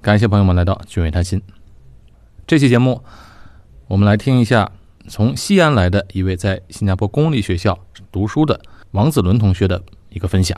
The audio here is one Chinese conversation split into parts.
感谢朋友们来到俊伟谈心。这期节目我们来听一下从西安来的一位在新加坡公立学校读书的王子伦同学的一个分享。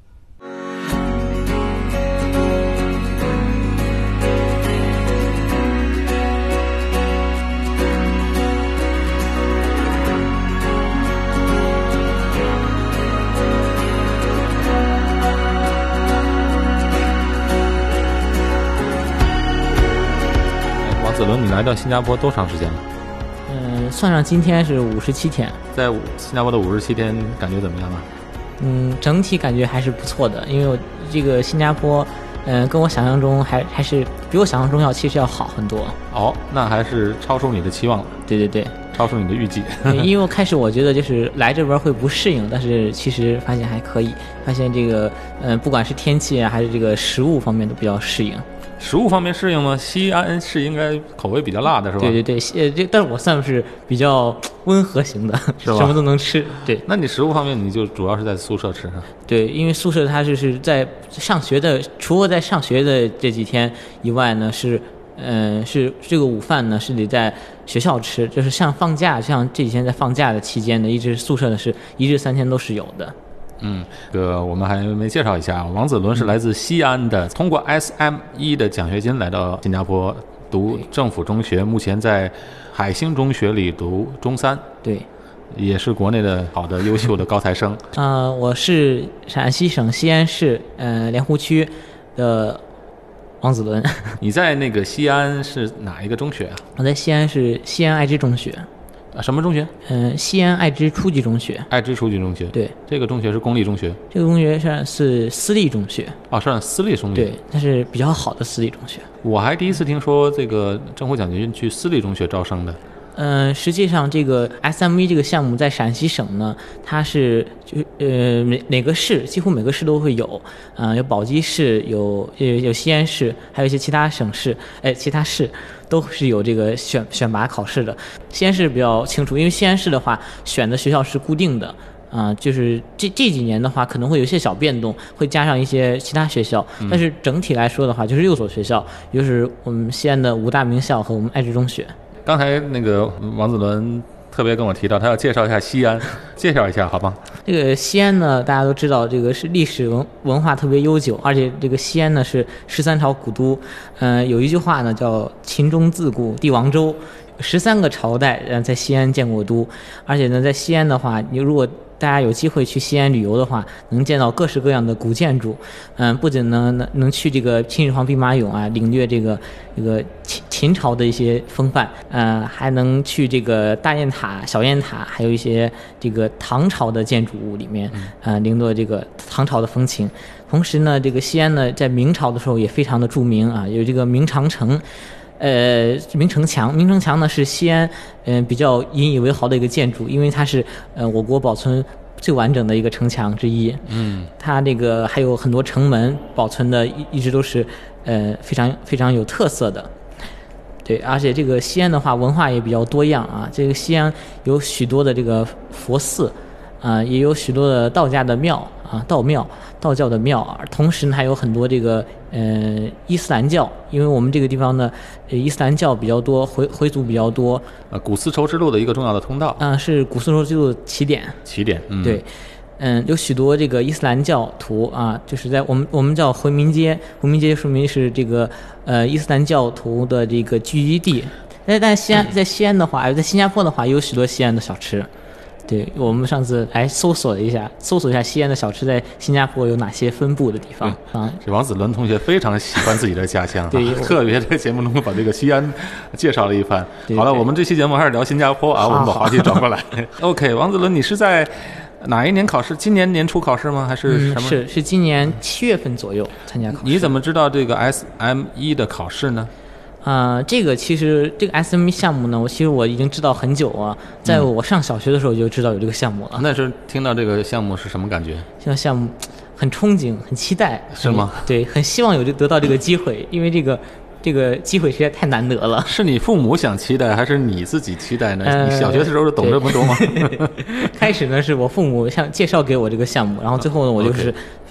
子伦，你来到新加坡多长时间了？ 算上今天是57天。 在新加坡的57天，感觉怎么样啊？ 整体感觉还是不错的，因为我这个新加坡，跟我想象中还是比我想象中其实要好很多。 哦，那还是超出你的期望了。 对对对， 超出你的预计。 因为开始我觉得就是来这边会不适应，但是其实发现还可以，发现这个不管是天气啊，还是这个食物方面都比较适应。 食物方面适应吗？西安是应该口味比较辣的是吧？ 对对对，但是我算是比较温和型的，什么都能吃。对， 那你食物方面你就主要是在宿舍吃啊？ 对，因为宿舍它是在上学的，除了在上学的这几天以外呢，是这个午饭呢是得在学校吃，就是像放假，像这几天在放假的期间呢，一直宿舍呢是1日3天都是有的。 我们还没介绍一下，王子伦是来自西安的，通过 SME 的奖学金来到新加坡读政府中学，目前在海星中学里读中3。 对， 也是国内的好的优秀的高材生。 我是陕西省西安市莲湖区的王子伦。 你在那个西安是哪一个中学啊？ 我在西安是西安爱知中学。 什么中学？ 西安爱知初级中学。 爱知初级中学。 对， 这个中学是公立中学。 这个中学是私立中学。是私立中学。 对，它是比较好的私立中学。 我还第一次听说这个政府奖学金去私立中学招生的。 实际上这个 SME 这个项目在陕西省呢，它是每个市几乎每个市都会有，有宝鸡市，有西安市，还有一些其他省市，其他市都是有这个选拔考试的。西安市比较清楚，因为西安市的话选的学校是固定的。就是这几年的话可能会有一些小变动，会加上一些其他学校，但是整体来说的话就是6所学校，就是我们西安的5大名校和我们爱知中学。 刚才那个王子伦特别跟我提到，他要介绍一下西安，介绍一下好吧？ 这个西安呢，大家都知道，这个是历史文化特别悠久，而且这个西安呢是13朝古都。有一句话呢叫“秦中自古帝王州”，13个朝代在西安建过都，而且呢，在西安的话，你如果大家有机会去西安旅游的话，能见到各式各样的古建筑。不仅能去这个秦始皇兵马俑啊，领略这个秦朝的一些风范，还能去这个大雁塔、小雁塔，还有一些这个唐朝的建筑物里面，领略这个唐朝的风情。同时呢，这个西安呢，在明朝的时候也非常的著名啊，有这个明长城。明城墙呢是西安比较引以为豪的一个建筑，因为它是我国保存最完整的一个城墙之一。它这个还有很多城门保存的一直都是非常非常有特色的。对，而且这个西安的话文化也比较多样啊，这个西安有许多的这个佛寺也有许多的道家的庙道教的庙，同时呢还有很多这个伊斯兰教，因为我们这个地方呢伊斯兰教比较多，回族比较多。 古丝绸之路的一个重要的通道。 是古丝绸之路的起点。对。有许多这个伊斯兰教徒就是在我们叫回民街说明是这个伊斯兰教徒的这个聚集地。但在西安的话，在新加坡的话，也有许多西安的小吃。对，我们上次来搜索一下西安的小吃在新加坡有哪些分布的地方。 这王子伦同学非常喜欢自己的家乡，对，特别在节目中把这个西安介绍了一番。好了，我们这期节目还是聊新加坡我们把话题转过来。OK， 王子伦，你是在哪一年考试？今年年初考试吗？还是什么？ 是今年7月份左右参加考试。 你怎么知道这个 SME 的考试呢？ 其实这个 SME 项目呢，我已经知道很久啊，在我上小学的时候就知道有这个项目了。 那时候听到这个项目是什么感觉？ 这个项目很憧憬，很期待。 是吗？ 对，很希望得到这个机会，因为这个机会实在太难得了。 是你父母想期待，还是你自己期待呢？你小学的时候懂这么多吗？ 开始呢是我父母介绍给我这个项目，然后最后呢我就是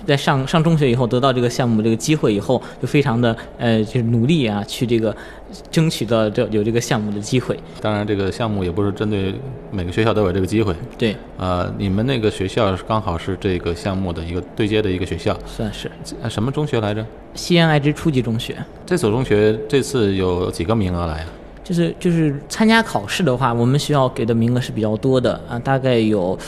在上中学以后得到这个项目这个机会以后，就非常的就是努力啊，去这个争取到有这个项目的机会。 当然，这个项目也不是针对每个学校都有这个机会。 对， 你们那个学校刚好是这个项目的一个对接的一个学校， 算是。 什么中学来着？ 西安爱知初级中学。这所中学这次有几个名额来啊？ 就是参加考试的话，我们学校给的名额是比较多的啊，大概有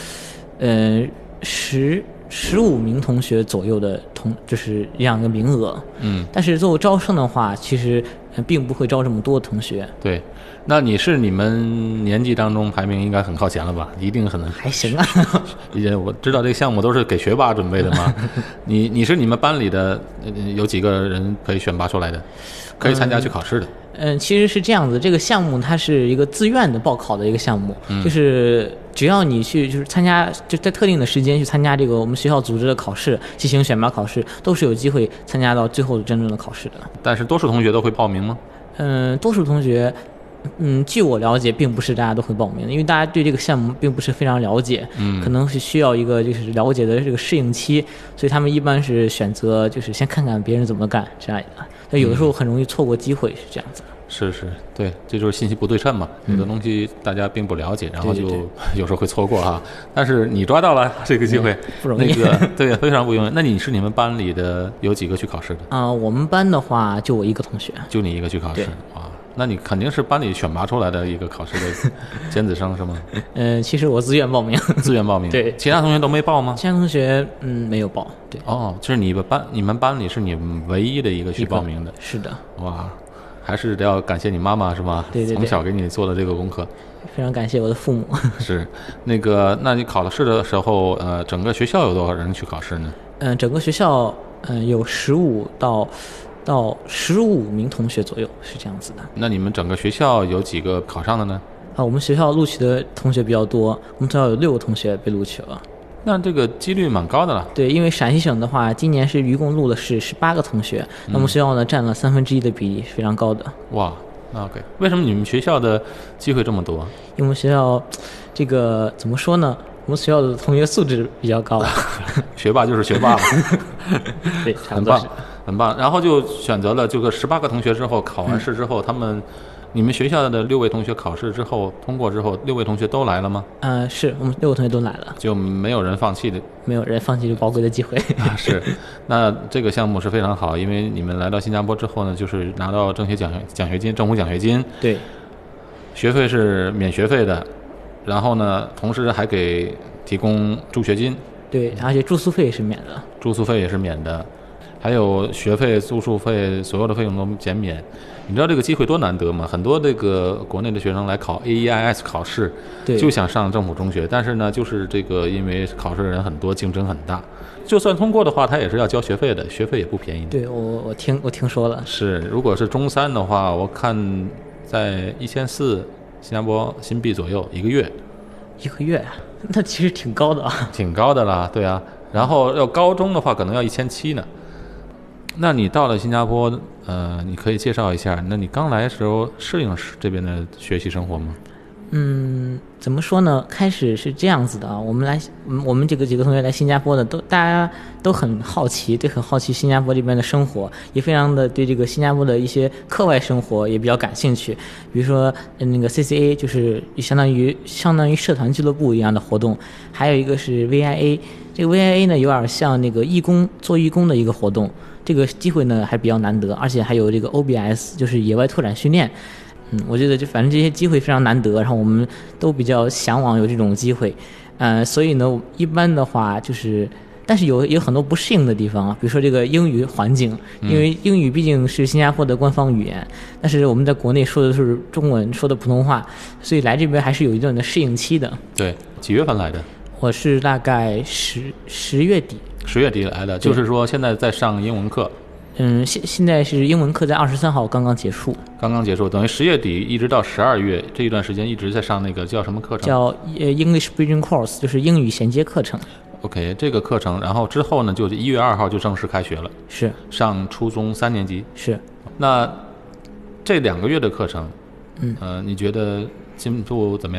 15名同学左右的就是这样一个名额。但是作为招生的话，其实并不会招这么多同学。 对，那你们年级当中排名应该很靠前了吧？一定还行啊。 我知道这个项目都是给学霸准备的嘛。你是你们班里的有几个人可以选拔出来的，可以参加去考试的？ 其实是这样子，这个项目它是一个自愿的报考的一个项目，就是只要你去就是参加，就在特定的时间去参加这个我们学校组织的考试，进行选拔考试，都是有机会参加到最后真正的考试的。 但是多数同学都会报名吗？ 多数同学，据我了解，并不是大家都会报名的，因为大家对这个项目并不是非常了解，可能是需要一个就是了解的这个适应期，所以他们一般是选择就是先看看别人怎么干这样的。但有的时候很容易错过机会，是这样子。是， 对，这就是信息不对称嘛，有的东西大家并不了解，然后就有时候会错过哈。但是你抓到了这个机会， 不容易。 对，非常不容易。那你们班里的有几个去考试的？ 我们班的话就我一个同学。 就你一个去考试啊？那你肯定是班里选拔出来的一个考试的尖子生是吗？ 其实我自愿报名。 自愿报名。 对， 其他同学都没报吗？ 其他同学没有报。对。 就是你们班里是你们唯一的一个去报名的。 是的。 哇。还是得要感谢你妈妈是吧？ 对， 从小给你做的这个功课， 非常感谢我的父母。 是，那你考试的时候，整个学校有多少人去考试呢？ 整个学校有15到15名同学左右，是这样子的。 那你们整个学校有几个考上的呢？ 我们学校录取的同学比较多，我们学校有6个同学被录取了。 那这个几率蛮高的了。 对，因为陕西省的话，今年是一共录的是18个同学，那我们学校呢占了1/3的比例，非常高的。 哇 ，OK， 为什么你们学校的机会这么多？因为我们学校这个怎么说呢？我们学校的同学素质比较高。 学霸就是学霸嘛。 对，差不多是。 很棒。然后就选择了这个18个同学之后，考完试之后，你们学校的6位同学考试之后通过之后，6位同学都来了吗？ 是我们6个同学都来了， 就没有人放弃的， 没有人放弃这宝贵的机会。 是，那这个项目是非常好，因为你们来到新加坡之后呢，就是拿到政府奖学金， 对， 学费是免学费的，然后呢，同时还给提供助学金， 对，而且住宿费也是免的， 住宿费也是免的，还有学费、住宿费所有的费用都减免。你知道这个机会多难得吗？很多这个国内的学生来考 AEIS 考试，就想上政府中学，但是呢，就是这个因为考试的人很多，竞争很大，就算通过的话，他也是要交学费的，学费也不便宜。 对，我听说了。 是，如果是中3的话，我看在1400新加坡新币左右一个月。 一个月，那其实挺高的啊。 挺高的啦，对啊。然后要高中的话，可能要1700呢。那你到了新加坡，你可以介绍一下，那你刚来的时候适应这边的学习生活吗？ 怎么说呢？开始是这样子的啊，我们几个同学来新加坡的，大家都很好奇，很好奇新加坡这边的生活，也非常的对这个新加坡的一些课外生活也比较感兴趣。比如说那个 CCA， 就是相当于社团俱乐部一样的活动，还有一个是 VIA， 这个 VIA 呢有点像那个做义工的一个活动。这个机会呢还比较难得，而且还有这个 OBS， 就是野外拓展训练。我觉得反正这些机会非常难得，然后我们都比较向往有这种机会。所以呢，一般的话就是，但是有很多不适应的地方啊，比如说这个英语环境，因为英语毕竟是新加坡的官方语言，但是我们在国内说的是中文，说的普通话，所以来这边还是有一段的适应期的。 对，几月份来的？ 我是大概10月底。 10月底来的，就是说现在在上英文课。 现在是英文课在23号刚刚结束， 等于10月底一直到12月这一段时间一直在上那个叫什么课程？ 叫English Bridging Course， 就是英语衔接课程。 OK， 这个课程，然后之后呢，就是1月2号就正式开学了。 是上初中3年级。 是。 那这2个月的课程，你觉得进步怎么样？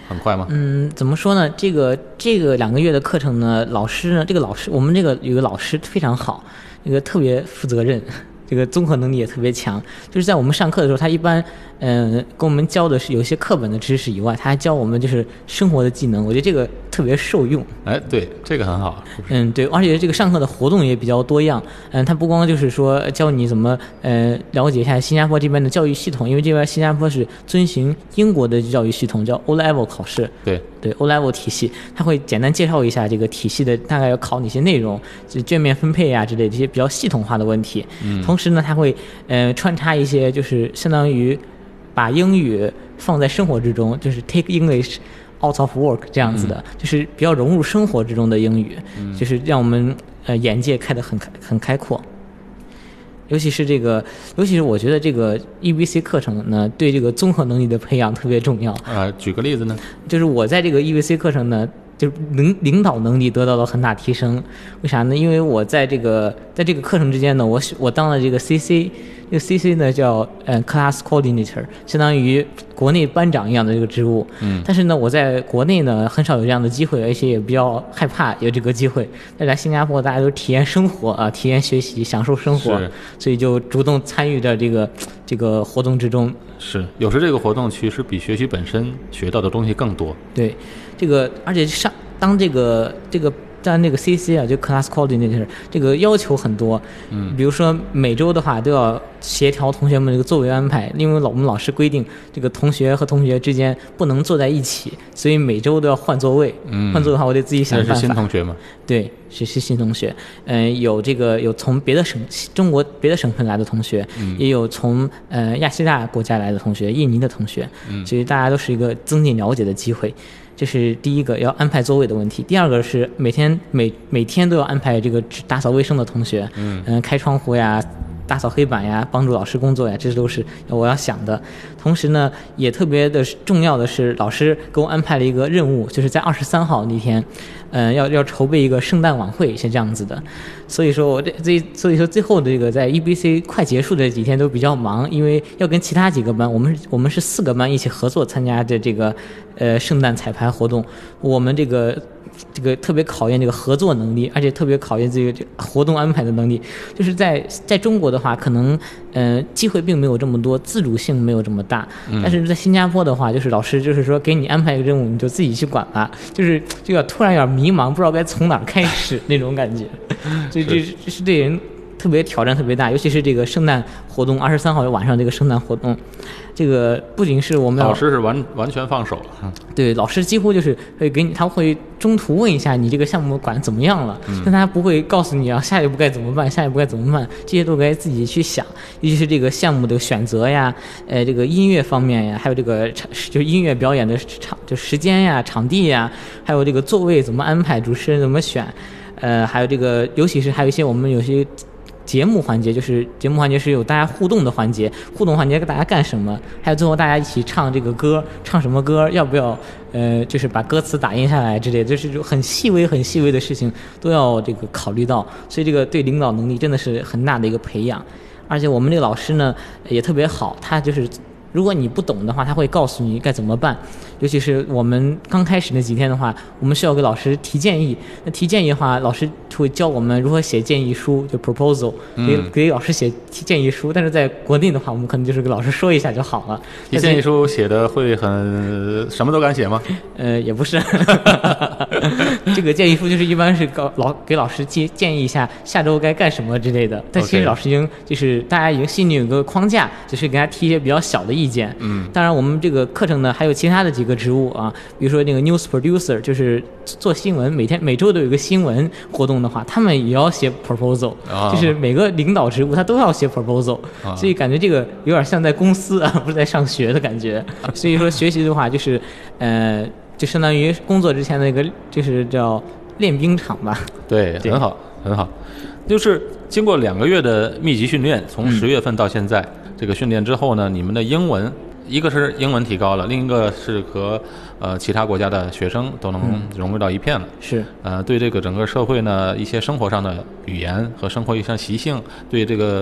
很快吗？ 怎么说呢？这个2个月的课程呢，老师呢，我们这个有个老师非常好，这个特别负责任。这个综合能力也特别强，就是在我们上课的时候，他一般，跟我们教的是有些课本的知识以外，他还教我们就是生活的技能，我觉得这个特别受用。 哎，对，这个很好。 对，而且这个上课的活动也比较多样。他不光就是说教你怎么了解一下新加坡这边的教育系统，因为这边新加坡是遵循英国的教育系统，叫 O-Level 考试。对 O-Level 体系，他会简单介绍一下这个体系的大概要考哪些内容，就卷面分配啊之类这些比较系统化的问题。同时呢，他会穿插一些就是相当于把英语放在生活之中，就是 take English out of work 这样子的，就是比较融入生活之中的英语，就是让我们眼界开得很开阔。尤其是我觉得这个 EBC 课程呢，对这个综合能力的培养特别重要。 举个例子呢？就是我在这个 EBC 课程呢，就是领导能力得到了很大提升。为啥呢？因为我在这个课程之间呢，我当了这个 CC， 这个 CC 呢叫Class Coordinator， 相当于国内班长一样的这个职务。但是呢，我在国内呢很少有这样的机会，而且也比较害怕有这个机会。但在新加坡，大家都体验生活啊，体验学习，享受生活，所以就主动参与到这个活动之中。 是，有时这个活动其实比学习本身学到的东西更多。 对，而且当这个那个 CC 啊，就 Class Coordinator 这个要求很多。比如说每周的话都要协调同学们这个座位安排，因为我们老师规定这个同学和同学之间不能坐在一起，所以每周都要换座位。换座位的话，我得自己想办法。 是新同学吗？ 对，是新同学。有从中国别的省份来的同学，也有从亚细亚国家来的同学，印尼的同学，所以大家都是一个增进了解的机会。这是第一个要安排座位的问题。第二个是每天都要安排这个打扫卫生的同学，开窗户呀，打扫黑板呀，帮助老师工作呀，这都是我要想的。同时呢，也特别的重要的是，老师给我安排了一个任务，就是在23号那天，要筹备一个圣诞晚会，是这样子的。所以说最后的这个在 EBC 快结束的几天都比较忙，因为要跟其他几个班，我们是4个班一起合作参加的这个圣诞彩排活动。我们这个特别考验这个合作能力，而且特别考验这个活动安排的能力。就是在中国的话，可能机会并没有这么多，自主性没有这么大。但是在新加坡的话，就是老师就是说给你安排一个任务，你就自己去管了，就是这个突然有点迷茫，不知道该从哪儿开始那种感觉。所以这是对人特别挑战特别大，尤其是这个圣诞活动，23号晚上这个圣诞活动，这个不仅是我们老师是完全放手了。 对，老师几乎就是会给你，他会中途问一下你这个项目管怎么样了，但他不会告诉你啊下一步该怎么办，这些都该自己去想。尤其是这个项目的选择呀，这个音乐方面呀，还有这个就是音乐表演的就时间呀、场地呀，还有这个座位怎么安排，主持人怎么选。还有这个，尤其是还有一些我们有些节目环节，就是节目环节是有大家互动的环节，互动环节大家干什么，还有最后大家一起唱这个歌，唱什么歌，要不要就是把歌词打印下来之类的，就是很细微的事情都要这个考虑到，所以这个对领导能力真的是很大的一个培养。而且我们这个老师呢也特别好，他就是如果你不懂的话，他会告诉你该怎么办。尤其是我们刚开始那几天的话，我们需要给老师提建议。那提建议的话，老师会教我们如何写建议书，就 proposal， 给老师写建议书。但是在国内的话，我们可能就是给老师说一下就好了。 提建议书写的会很什么都敢写吗？ 也不是。这个建议书就是一般是给老师建议一下下周该干什么之类的。但其实老师已经就是大家已经心里有个框架，就是给他提一些比较小的意见。当然我们这个课程呢还有其他的几个职务啊，比如说那个 news producer， 就是做新闻，每周都有一个新闻活动的话，他们也要写 proposal，就是每个领导职务他都要写 proposal，所以感觉这个有点像在公司啊，不是在上学的感觉。所以说学习的话就是就相当于工作之前的一个就是叫练兵场吧。 对，很好很好。就是经过2个月的密集训练，从10月份到现在，这个训练之后呢，你们的英文，一个是英文提高了，另一个是和其他国家的学生都能融入到一片了。 是对这个整个社会呢一些生活上的语言和生活上习性，对这个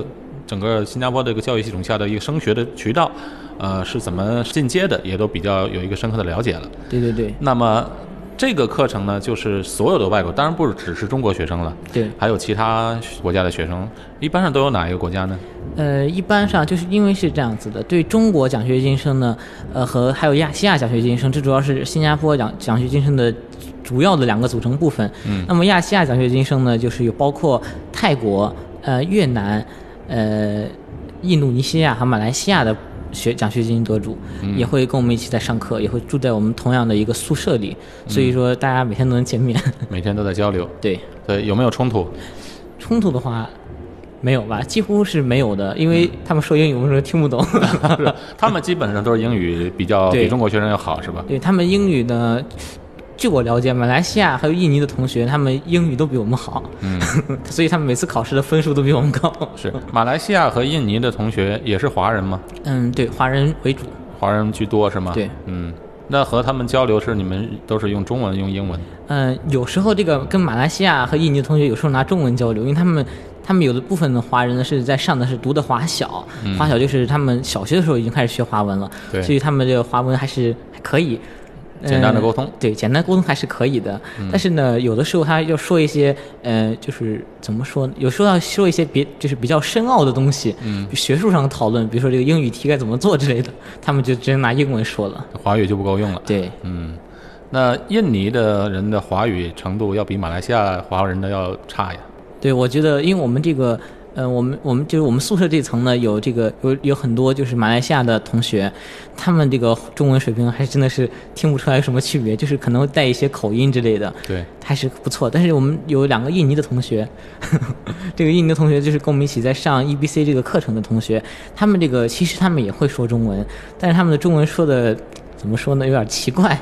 整个新加坡这个教育系统下的一个升学的渠道，是怎么进阶的，也都比较有一个深刻的了解了。 对对对。 那么这个课程呢，就是所有的外国，当然不只是中国学生了， 对， 还有其他国家的学生，一般上都有哪一个国家呢？ 一般上就是因为是这样子的，对中国奖学金生呢，和还有亚细亚奖学金生，这主要是新加坡奖学金生的主要的2个组成部分。那么亚细亚奖学金生呢，就是有包括泰国、越南、印度尼西亚和马来西亚的奖学金得主，也会跟我们一起在上课，也会住在我们同样的一个宿舍里，所以说大家每天都能见面， 每天都在交流。 对， 有没有冲突？ 冲突的话没有吧，几乎是没有的，因为他们说英语我们说听不懂。 他们基本上都是英语比中国学生要好，是吧？ 对，他们英语呢，据我了解，马来西亚还有印尼的同学，他们英语都比我们好，所以他们每次考试的分数都比我们高。 是马来西亚和印尼的同学也是华人吗？ 对，华人为主， 华人居多是吗？ 对， 那和他们交流是你们都是用中文用英文？ 有时候这个跟马来西亚和印尼的同学有时候拿中文交流，因为他们有的部分的华人呢是在上的是读的华小，华小就是他们小学的时候已经开始学华文了，所以他们这个华文还可以。 简单的沟通， 对，简单沟通还是可以的。但是呢，有的时候他要说一些，就是怎么说呢？有时候要说一些就是比较深奥的东西，学术上的讨论，比如说这个英语题该怎么做之类的，他们就直接拿英文说了， 华语就不够用了。 对， 那印尼的人的华语程度要比马来西亚华人的要差呀？ 对，我觉得，因为我们这个。我们就是我们宿舍这层呢，有很多就是马来西亚的同学，他们这个中文水平还真的是听不出来有什么区别，就是可能会带一些口音之类的， 对， 还是不错。但是我们有2个印尼的同学，这个印尼的同学就是跟我们一起在上 EBC 这个课程的同学，他们其实他们也会说中文，但是他们的中文说的怎么说呢，有点奇怪。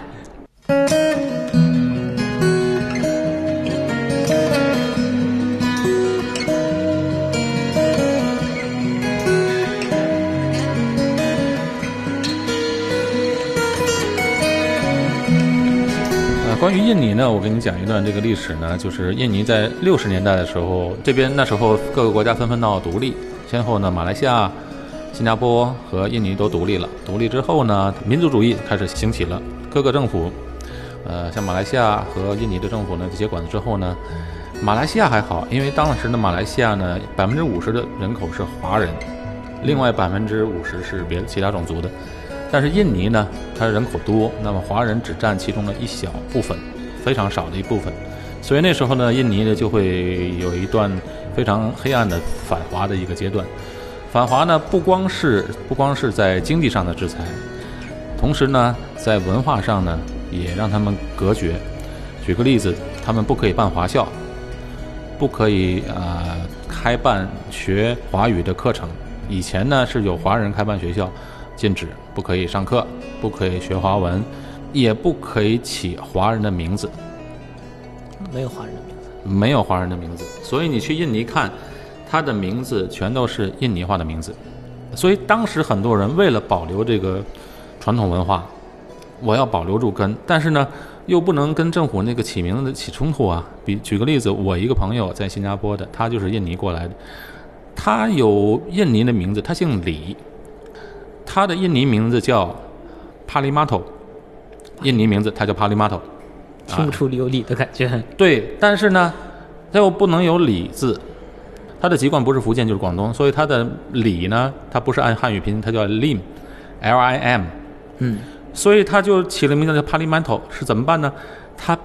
关于印尼呢，我给你讲一段这个历史呢，就是印尼在60年代的时候，那时候各个国家纷纷闹独立，先后呢，马来西亚、新加坡和印尼都独立了。独立之后呢，民族主义开始兴起了，各个政府，像马来西亚和印尼的政府呢接管之后呢，马来西亚还好，因为当时的马来西亚呢，50%的人口是华人，另外50%是其他种族的。但是印尼呢，它人口多，那么华人只占其中的一小部分，非常少的一部分，所以那时候呢，印尼呢就会有一段非常黑暗的反华的一个阶段。反华呢，不光是在经济上的制裁，同时呢，在文化上呢，也让他们隔绝。举个例子，他们不可以办华校，不可以开办学华语的课程。以前呢是有华人开办学校，禁止不可以上课，不可以学华文，也不可以起华人的名字。 没有华人的名字， 没有华人的名字。所以你去印尼看，他的名字全都是印尼话的名字。所以当时很多人为了保留这个传统文化，我要保留住根，但是呢又不能跟政府那个起名字起冲突啊。举个例子，我一个朋友在新加坡的，他就是印尼过来的，他有印尼的名字，他姓李，他的印尼名字叫帕利马头，印尼名字他叫帕利马头， 听不出有李的感觉。 对，但是呢他又不能有李字，他的籍贯不是福建就是广东，所以他的李呢，他不是按汉语拼音，他叫 Lim， L-I-M， 所以他就起了名字叫帕利曼头。是怎么办呢？他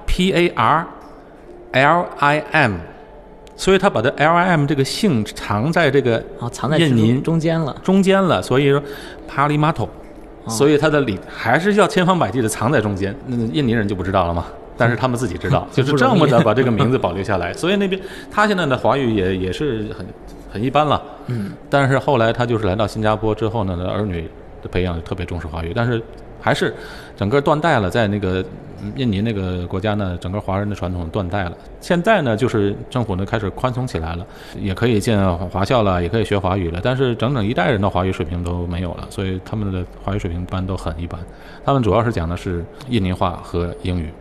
P-A-R-L-I-M， 所以他把这 L-I-M 这个姓藏在这个藏在印尼中间了， 所以说帕利马头，所以他的李还是要千方百计的藏在中间。印尼人就不知道了嘛，但是他们自己知道，就是这么的把这个名字保留下来。所以那边他现在的华语也是很一般了。但是后来他就是来到新加坡之后呢，儿女的培养特别重视华语，但是还是整个断代了。在那个印尼那个国家呢，整个华人的传统断代了。现在呢，就是政府呢开始宽松起来了，也可以建华校了，也可以学华语了，但是整整一代人的华语水平都没有了，所以他们的华语水平一般都很一般。他们主要是讲的是印尼话和英语。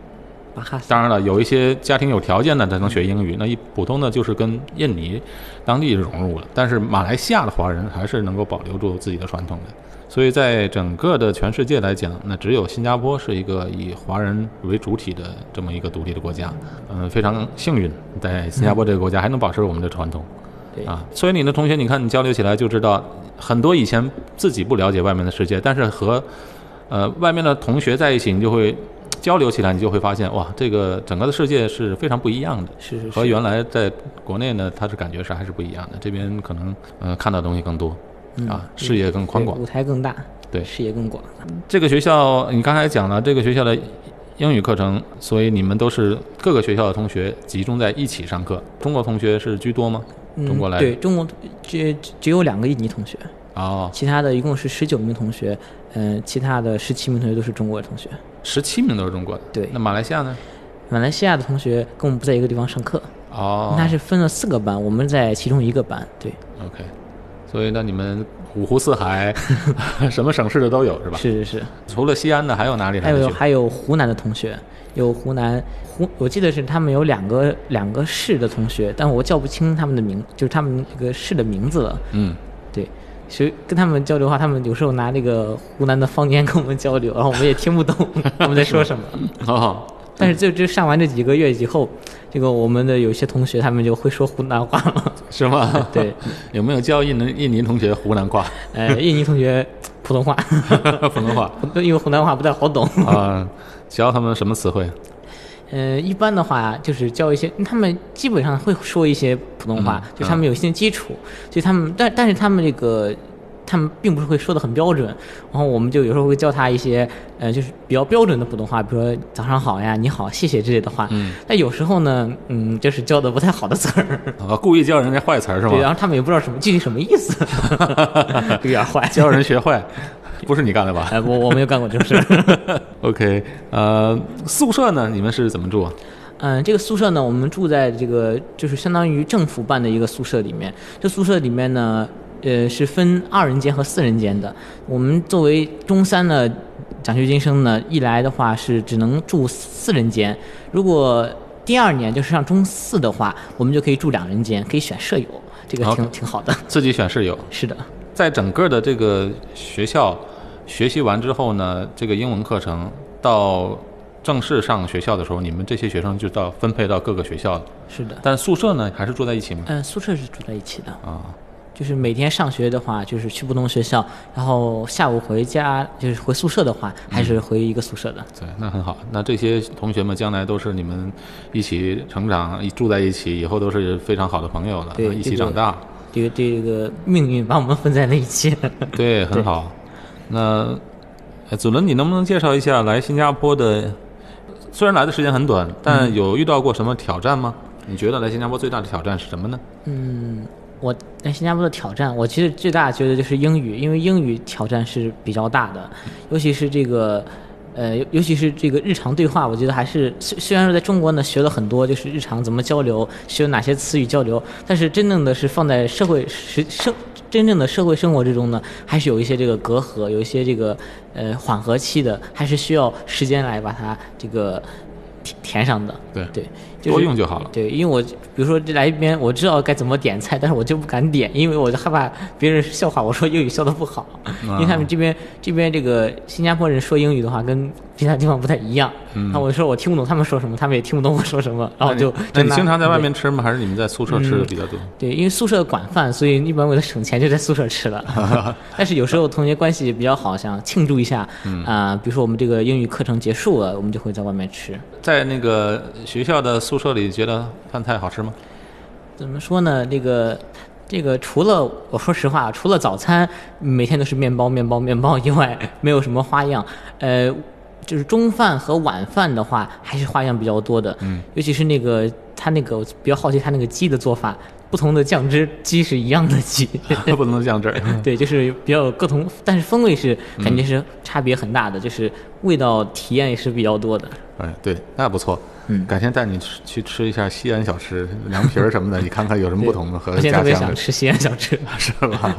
巴哈斯。 当然了，有一些家庭有条件的才能学英语，那普通的就是跟印尼当地融入了。但是马来西亚的华人还是能够保留住自己的传统的。所以在整个的全世界来讲，那只有新加坡是一个以华人为主体的这么一个独立的国家。非常幸运，在新加坡这个国家还能保持我们的传统。 对啊，所以你的同学，你看你交流起来就知道，很多以前自己不了解外面的世界，但是和外面的同学在一起，你就会交流起来，你就会发现哇，这个整个的世界是非常不一样的。 是和原来在国内呢，它是感觉是还是不一样的。这边可能看到的东西更多。视野更宽广， 舞台更大， 对， 视野更广。 这个学校你刚才讲了，这个学校的英语课程，所以你们都是各个学校的同学集中在一起上课。中国同学是居多吗？中国来的？ 对，中国只有2个印尼同学，其他的一共是19名同学，其他的17名同学都是中国的同学。 17名都是中国的。 对。 那马来西亚呢？ 马来西亚的同学跟我们不在一个地方上课。他是分了4个班，我们在其中1个班。对。 OK。所以呢，你们五湖四海，什么省市的都有，是吧？ 是。除了西安的，还有哪里来的？ 还有湖南的同学，有我记得是他们有两个市的同学，但我叫不清他们的就是他们这个市的名字了。对。所以跟他们交流的话，他们有时候拿那个湖南的方言跟我们交流，然后我们也听不懂他们在说什么。但是就上完这几个月以后，这个我们的有些同学他们就会说湖南话了。 是吗？ 对。 有没有教印尼同学湖南话？ 印尼同学普通话。 普通话。 因为湖南话不太好懂。 教他们什么词汇？ 一般的话就是教一些，他们基本上会说一些普通话，就是他们有一些基础，所以他们但是他们他们并不是会说的很标准，然后我们就有时候会教他一些就是比较标准的普通话，比如说早上好呀、你好、谢谢之类的话。但有时候呢，就是教的不太好的词儿。 故意教人家坏词儿是吗？ 对，然后他们也不知道具体什么意思，有点坏， 教人学坏。不是你干的吧？ 我没有干过这种事。 OK， 宿舍呢？你们是怎么住？ 这个宿舍呢，我们住在这个就是相当于政府办的一个宿舍里面。这宿舍里面呢，是分2人间和4人间的。我们作为中3的奖学金生呢，一来的话是只能住4人间。如果第2年就是上中4的话，我们就可以住2人间，可以选舍友，这个挺好的。 自己选舍友。 是的。 在整个的这个学校学习完之后呢，这个英文课程到正式上学校的时候，你们这些学生就分配到各个学校了。 是的。 但宿舍呢，还是住在一起吗？ 宿舍是住在一起的。就是每天上学的话，就是去不同学校，然后下午回家，就是回宿舍的话，还是回一个宿舍的。 对，那很好。那这些同学们将来都是你们一起成长，住在一起，以后都是非常好的朋友了，一起长大。 这个命运把我们分在了一起。 对，很好。那祖伦，你能不能介绍一下来新加坡的？虽然来的时间很短，但有遇到过什么挑战吗？你觉得来新加坡最大的挑战是什么呢？ 我在新加坡的挑战，我其实最大觉得就是英语，因为英语挑战是比较大的，尤其是这个日常对话，我觉得还是虽然说在中国呢学了很多，就是日常怎么交流，学哪些词语交流，但是真正的是放在真正的社会生活之中呢，还是有一些这个隔阂，有一些这个缓和期的，还是需要时间来把它这个填上的。 对， 就是多用就好了。 对，因为我比如说来一边，我知道该怎么点菜，但是我就不敢点，因为我就害怕别人笑话我说英语说的不好。因为他们这边这个新加坡人说英语的话跟其他地方不太一样。那我说我听不懂他们说什么，他们也听不懂我说什么，然后那你经常在外面吃吗？还是你们在宿舍吃的比较多？ 对，因为宿舍管饭，所以一般为了省钱就在宿舍吃了。但是有时候同学关系比较好，想庆祝一下比如说我们这个英语课程结束了，我们就会在外面吃。 在那个学校的宿舍里，觉得饭菜好吃吗？ 怎么说呢？这个除了我说实话，除了早餐每天都是面包以外，没有什么花样。就是中饭和晚饭的话，还是花样比较多的。尤其是他那个我比较好奇他那个鸡的做法，不同的酱汁，鸡是一样的鸡， 不同的酱汁。 对，就是比较各同，但是风味是感觉是差别很大的，就是味道体验也是比较多的。 对，那不错。改天带你去吃一下西安小吃，凉皮儿什么的，你看看有什么不同的和家乡的。 我现在特别想吃西安小吃， 是吧？ 对。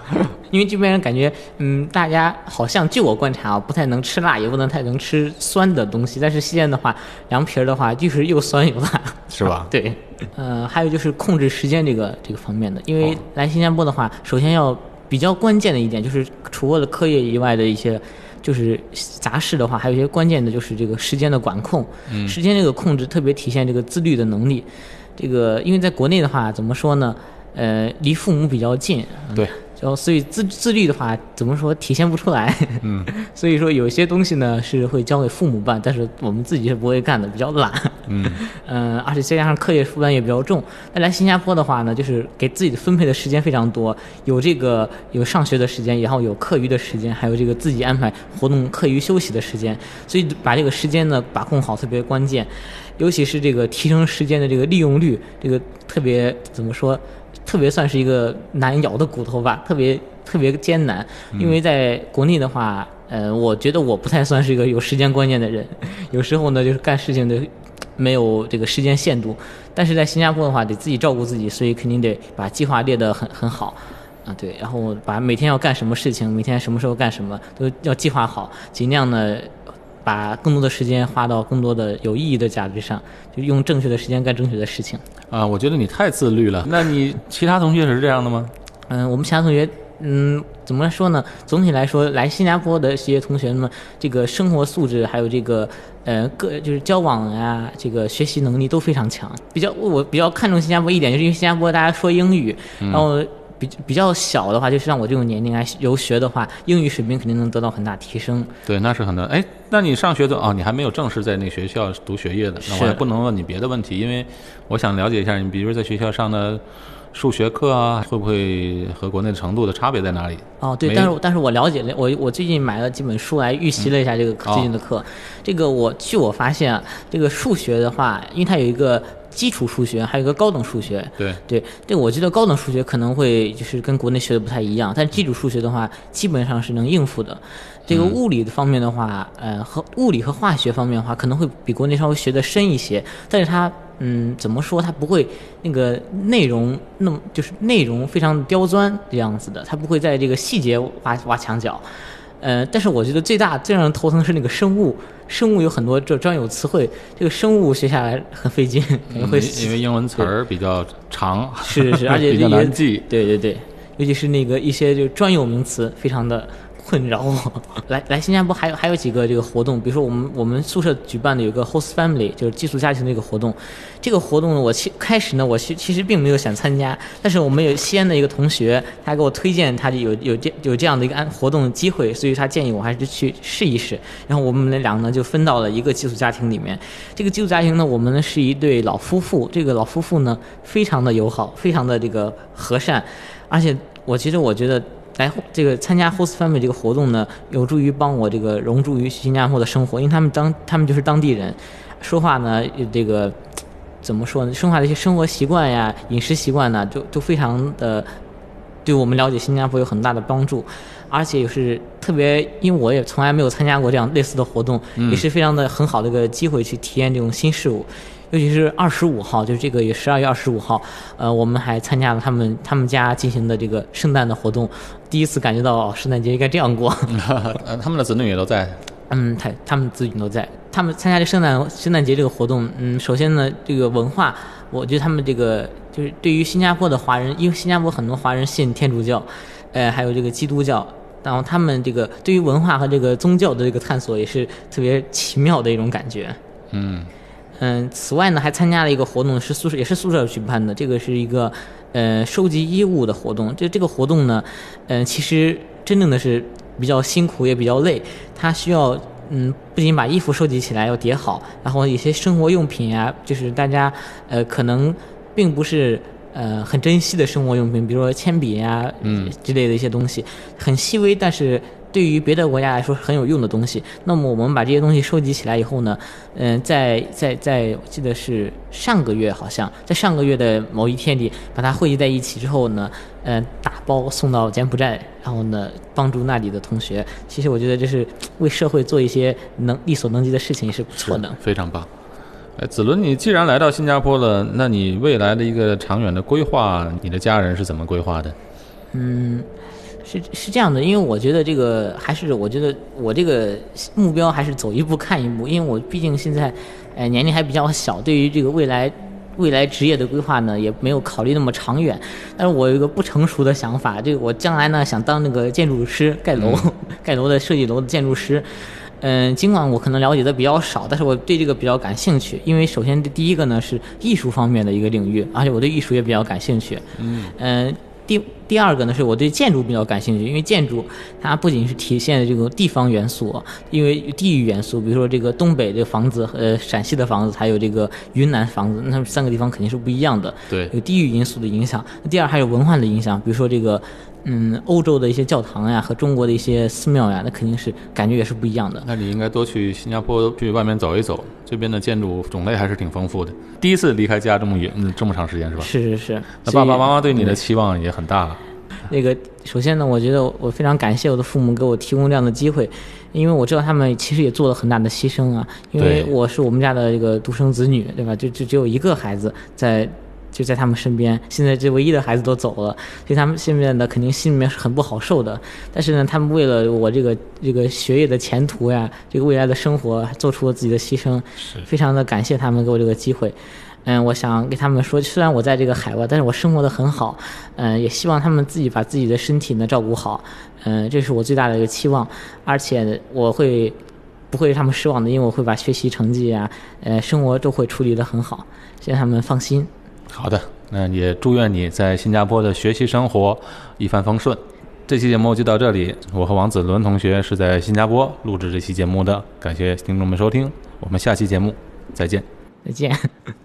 因为这边人感觉，大家好像据我观察啊，不太能吃辣，也不能太能吃酸的东西。但是西安的话，凉皮儿的话就是又酸又辣， 是吧？ 对，还有就是控制时间这个方面的，因为来新加坡的话，首先要比较关键的一点就是除了课业以外的一些。就是杂事的话，还有一些关键的，就是这个时间的管控。时间这个控制特别体现这个自律的能力。这个因为在国内的话，怎么说呢？离父母比较近。 对。 所以自律的话，怎么说体现不出来？所以说有些东西呢是会交给父母办，但是我们自己是不会干的，比较懒。而且再加上课业负担也比较重。那来新加坡的话呢，就是给自己的分配的时间非常多，有上学的时间，然后有课余的时间，还有这个自己安排活动、课余休息的时间。所以把这个时间呢把控好特别关键，尤其是这个提升时间的这个利用率，这个特别怎么说？特别算是一个难咬的骨头吧，特别艰难。因为在国内的话，我觉得我不太算是一个有时间观念的人，有时候呢就是干事情的没有这个时间限度。但是在新加坡的话，得自己照顾自己，所以肯定得把计划列得很好啊，对。然后把每天要干什么事情，每天什么时候干什么都要计划好，尽量呢把更多的时间花到更多的有意义的价值上，就用正确的时间干正确的事情。 我觉得你太自律了。那你其他同学是这样的吗？ 我们其他同学，怎么说呢？总体来说，来新加坡的这些同学们，这个生活素质还有这个就是交往啊，这个学习能力都非常强。我比较看重新加坡一点，就是因为新加坡大家说英语，然后比较小的话，就是像我这种年龄来游学的话，英语水平肯定能得到很大提升。 对，那是很大。那你上学的你还没有正式在那学校读学业的，那我还不能问你别的问题，因为我想了解一下你，比如在学校上的数学课啊，会不会和国内的程度的差别在哪里？ 对，但是我了解了，我最近买了几本书来预习了一下这个最近的课。这个据我发现这个数学的话，因为它有一个基础数学，还有一个高等数学。对，我觉得高等数学可能会就是跟国内学的不太一样，但基础数学的话，基本上是能应付的。这个物理方面的话，和物理和化学方面的话，可能会比国内稍微学的深一些，但是它怎么说，它不会那个内容就是内容非常刁钻这样子的，它不会在这个细节挖墙脚。但是我觉得最让人头疼是那个生物有很多这专有词汇，这个生物学下来很费劲，可能会因为英文词儿比较长， 是，而且比较难记。 对，尤其是那个一些就专有名词，非常的困扰我。来新加坡还有几个这个活动，比如说我们宿舍举办的有个 host family， 就是寄宿家庭的一个活动。这个活动呢，我开始呢，我其实并没有想参加，但是我们有西安的一个同学，他给我推荐他有这样的一个活动的机会，所以他建议我还是去试一试。然后我们俩呢就分到了一个寄宿家庭里面。这个寄宿家庭呢，我们呢是一对老夫妇，这个老夫妇呢非常的友好，非常的这个和善，而且我觉得来这个参加 host family 这个活动呢，有助于帮我这个融入于新加坡的生活，因为他们就是当地人，说话呢这个怎么说呢？说话的一些生活习惯呀、饮食习惯呢，就非常的对我们了解新加坡有很大的帮助，而且也是特别，因为我也从来没有参加过这样类似的活动，也是非常的很好的一个机会去体验这种新事物。尤其是25号，就是这个月12月25号，我们还参加了他们家进行的这个圣诞的活动，第一次感觉到圣诞节应该这样过。 他们的子女也都在。 他们子女都在。他们参加这圣诞节这个活动，首先呢，这个文化，我觉得他们这个就是对于新加坡的华人，因为新加坡很多华人信天主教，还有这个基督教。然后他们这个对于文化和这个宗教的这个探索也是特别奇妙的一种感觉。此外呢，还参加了一个活动，也是宿舍举办的，这个是一个收集衣物的活动。这个活动呢，其实真正的是比较辛苦也比较累，它需要不仅把衣服收集起来要叠好，然后一些生活用品啊，就是大家可能并不是很珍惜的生活用品，比如说铅笔啊之类的一些东西，很细微，但是对于别的国家来说很有用的东西。那么我们把这些东西收集起来以后呢，在我记得是上个月，好像在上个月的某一天里把它汇集在一起之后呢，打包送到柬埔寨，然后呢帮助那里的同学。其实我觉得这是为社会做一些力所能及的事情，也是不错的， 非常棒。子伦，你既然来到新加坡了，那你未来的一个长远的规划，你的家人是怎么规划的？ 是这样的，因为我觉得这个还是我觉得我这个目标还是走一步看一步，因为我毕竟现在年龄还比较小，对于这个未来职业的规划呢也没有考虑那么长远，但是我有一个不成熟的想法，这个我将来呢想当那个建筑师，盖楼的设计楼的建筑师。尽管我可能了解的比较少，但是我对这个比较感兴趣，因为首先第一个呢是艺术方面的一个领域，而且我对艺术也比较感兴趣。第二个呢是我对建筑比较感兴趣，因为建筑它不仅是体现的这个地方元素，因为地域元素，比如说这个东北的房子，陕西的房子，还有这个云南房子，那三个地方肯定是不一样的。 对， 有地域因素的影响。第二还有文化的影响，比如说这个欧洲的一些教堂呀和中国的一些寺庙呀，那肯定是感觉也是不一样的。 那你应该多去新加坡去外面走一走，这边的建筑种类还是挺丰富的。第一次离开家这么远，这么长时间是吧？ 是。 那爸爸妈妈对你的期望也很大了。 那个首先呢，我觉得我非常感谢我的父母给我提供这样的机会，因为我知道他们其实也做了很大的牺牲啊。因为我是我们家的这个独生子女，对吧？就只有一个孩子就在他们身边，现在这唯一的孩子都走了，所以他们现在呢肯定心里面是很不好受的。但是呢，他们为了我这个学业的前途呀，这个未来的生活，做出了自己的牺牲，非常的感谢他们给我这个机会。我想给他们说，虽然我在这个海外，但是我生活的很好。也希望他们自己把自己的身体呢照顾好。这是我最大的一个期望，而且我不会让他们失望的，因为我会把学习成绩啊，生活都会处理得很好，希望他们放心。 好的，那也祝愿你在新加坡的学习生活一帆风顺。这期节目就到这里，我和王子伦同学是在新加坡录制这期节目的，感谢听众们收听，我们下期节目再见。 再见。